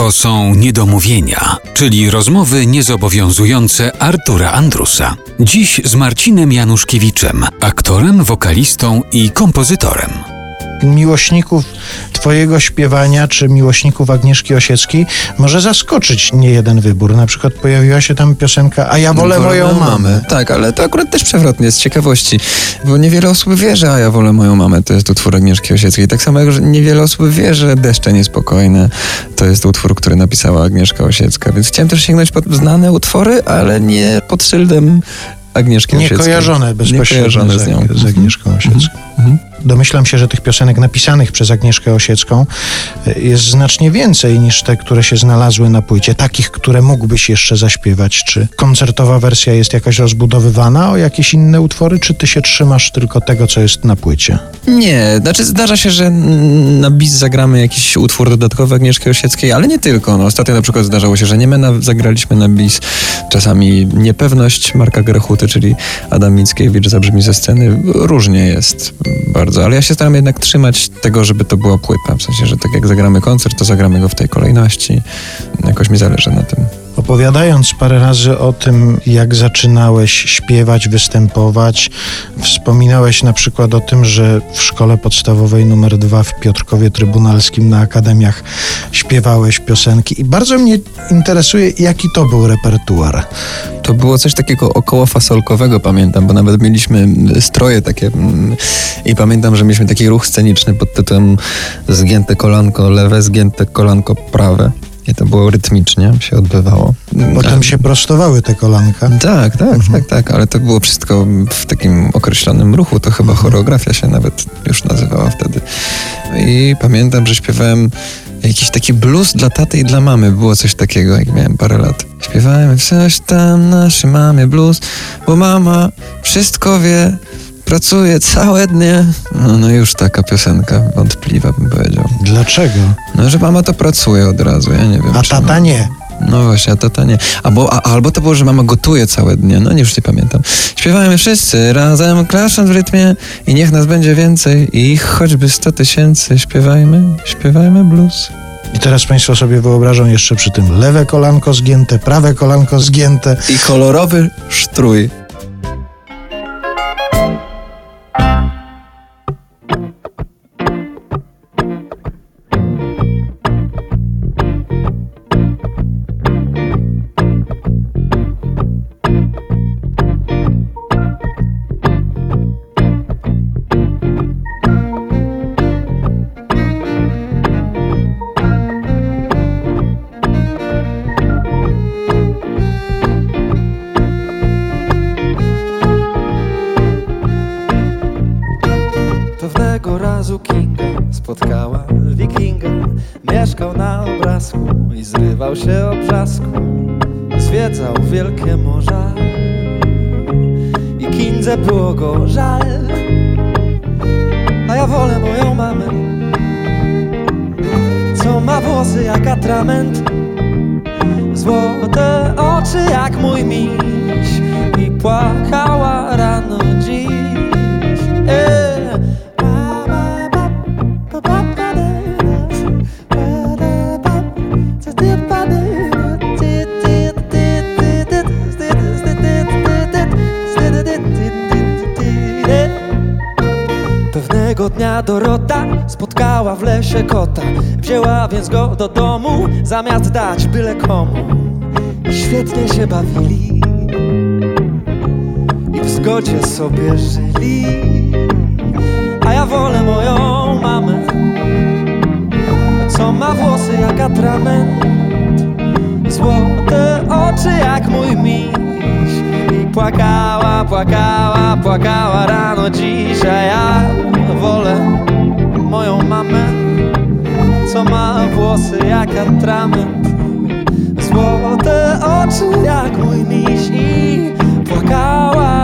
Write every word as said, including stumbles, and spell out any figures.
To są Niedomówienia, czyli rozmowy niezobowiązujące Artura Andrusa. Dziś z Marcinem Januszkiewiczem, aktorem, wokalistą i kompozytorem. Miłośników twojego śpiewania, czy miłośników Agnieszki Osieckiej może zaskoczyć niejeden wybór. Na przykład pojawiła się tam piosenka A ja wolę moją mamę. Tak, ale to akurat też przewrotnie, z ciekawości, bo niewiele osób wie, że A ja wolę moją mamę to jest utwór Agnieszki Osieckiej. Tak samo jak że niewiele osób wie, że Deszcze niespokojne to jest utwór, który napisała Agnieszka Osiecka. Więc chciałem też sięgnąć po znane utwory, ale nie pod szyldem Agnieszki Osieckiej. Niekojarzone bezpośrednio Niekojarzone z nią. Z Agnieszką Osiecką. Mhm. Domyślam się, że tych piosenek napisanych przez Agnieszkę Osiecką jest znacznie więcej niż te, które się znalazły na płycie. Takich, które mógłbyś jeszcze zaśpiewać. Czy koncertowa wersja jest jakaś rozbudowywana o jakieś inne utwory, czy ty się trzymasz tylko tego, co jest na płycie? Nie, znaczy zdarza się, że na bis zagramy jakiś utwór dodatkowy Agnieszki Osieckiej, ale nie tylko. No, ostatnio na przykład zdarzało się, że nie my na, zagraliśmy na bis. Czasami Niepewność Marka Grechuty, czyli Adam Mickiewicz zabrzmi ze sceny. Różnie jest bardzo. Ale ja się staram jednak trzymać tego, żeby to była płyta. W sensie, że tak jak zagramy koncert, to zagramy go w tej kolejności. Jakoś mi zależy na tym. Opowiadając parę razy o tym, jak zaczynałeś śpiewać, występować, wspominałeś na przykład o tym, że w szkole podstawowej numer dwa w Piotrkowie Trybunalskim na akademiach śpiewałeś piosenki i bardzo mnie interesuje, jaki to był repertuar. To było coś takiego około fasolkowego, pamiętam, bo nawet mieliśmy stroje takie i pamiętam, że mieliśmy taki ruch sceniczny pod tytułem zgięte kolanko lewe, zgięte kolanko prawe. I to było rytmicznie, się odbywało. Potem a... się prostowały te kolanka. Tak, tak, mhm. tak, tak, ale to było wszystko w takim określonym ruchu, to chyba choreografia się nawet już nazywała wtedy. I pamiętam, że śpiewałem jakiś taki blues dla taty i dla mamy, było coś takiego, jak miałem parę lat. Śpiewałem coś tam naszej mamie blues, bo mama wszystko wie, pracuje całe dnie. No, no już taka piosenka wątpliwa, bym powiedział. Dlaczego? No, że mama to pracuje od razu, ja nie wiem. A tata ma... nie. No właśnie, a tata nie. Albo, a, albo to było, że mama gotuje całe dnie. No nie, już nie pamiętam. Śpiewajmy wszyscy razem, klaszcząc w rytmie i niech nas będzie więcej. I choćby sto tysięcy. Śpiewajmy, śpiewajmy blues. I teraz Państwo sobie wyobrażą jeszcze przy tym lewe kolanko zgięte, prawe kolanko zgięte. I kolorowy sztrój. Pewnego razu Kinga spotkała wikinga. Mieszkał na obrazku i zrywał się o brzasku. Zwiedzał wielkie morza i Kindze było go żal. A ja wolę moją mamę, co ma włosy jak atrament, złote oczy jak mój miś i płakała rano dziś. e Pewnego dnia Dorota spotkała w lesie kota. Wzięła więc go do domu, zamiast dać byle komu. I świetnie się bawili i w zgodzie sobie żyli. A ja wolę moją mamę, co ma włosy jak atrament, złote oczy jak mój miś i płakała, płakała, płakała rano dziś. A ja wolę moją mamę, co ma włosy jak atrament, złote oczy jak mój miś i płakała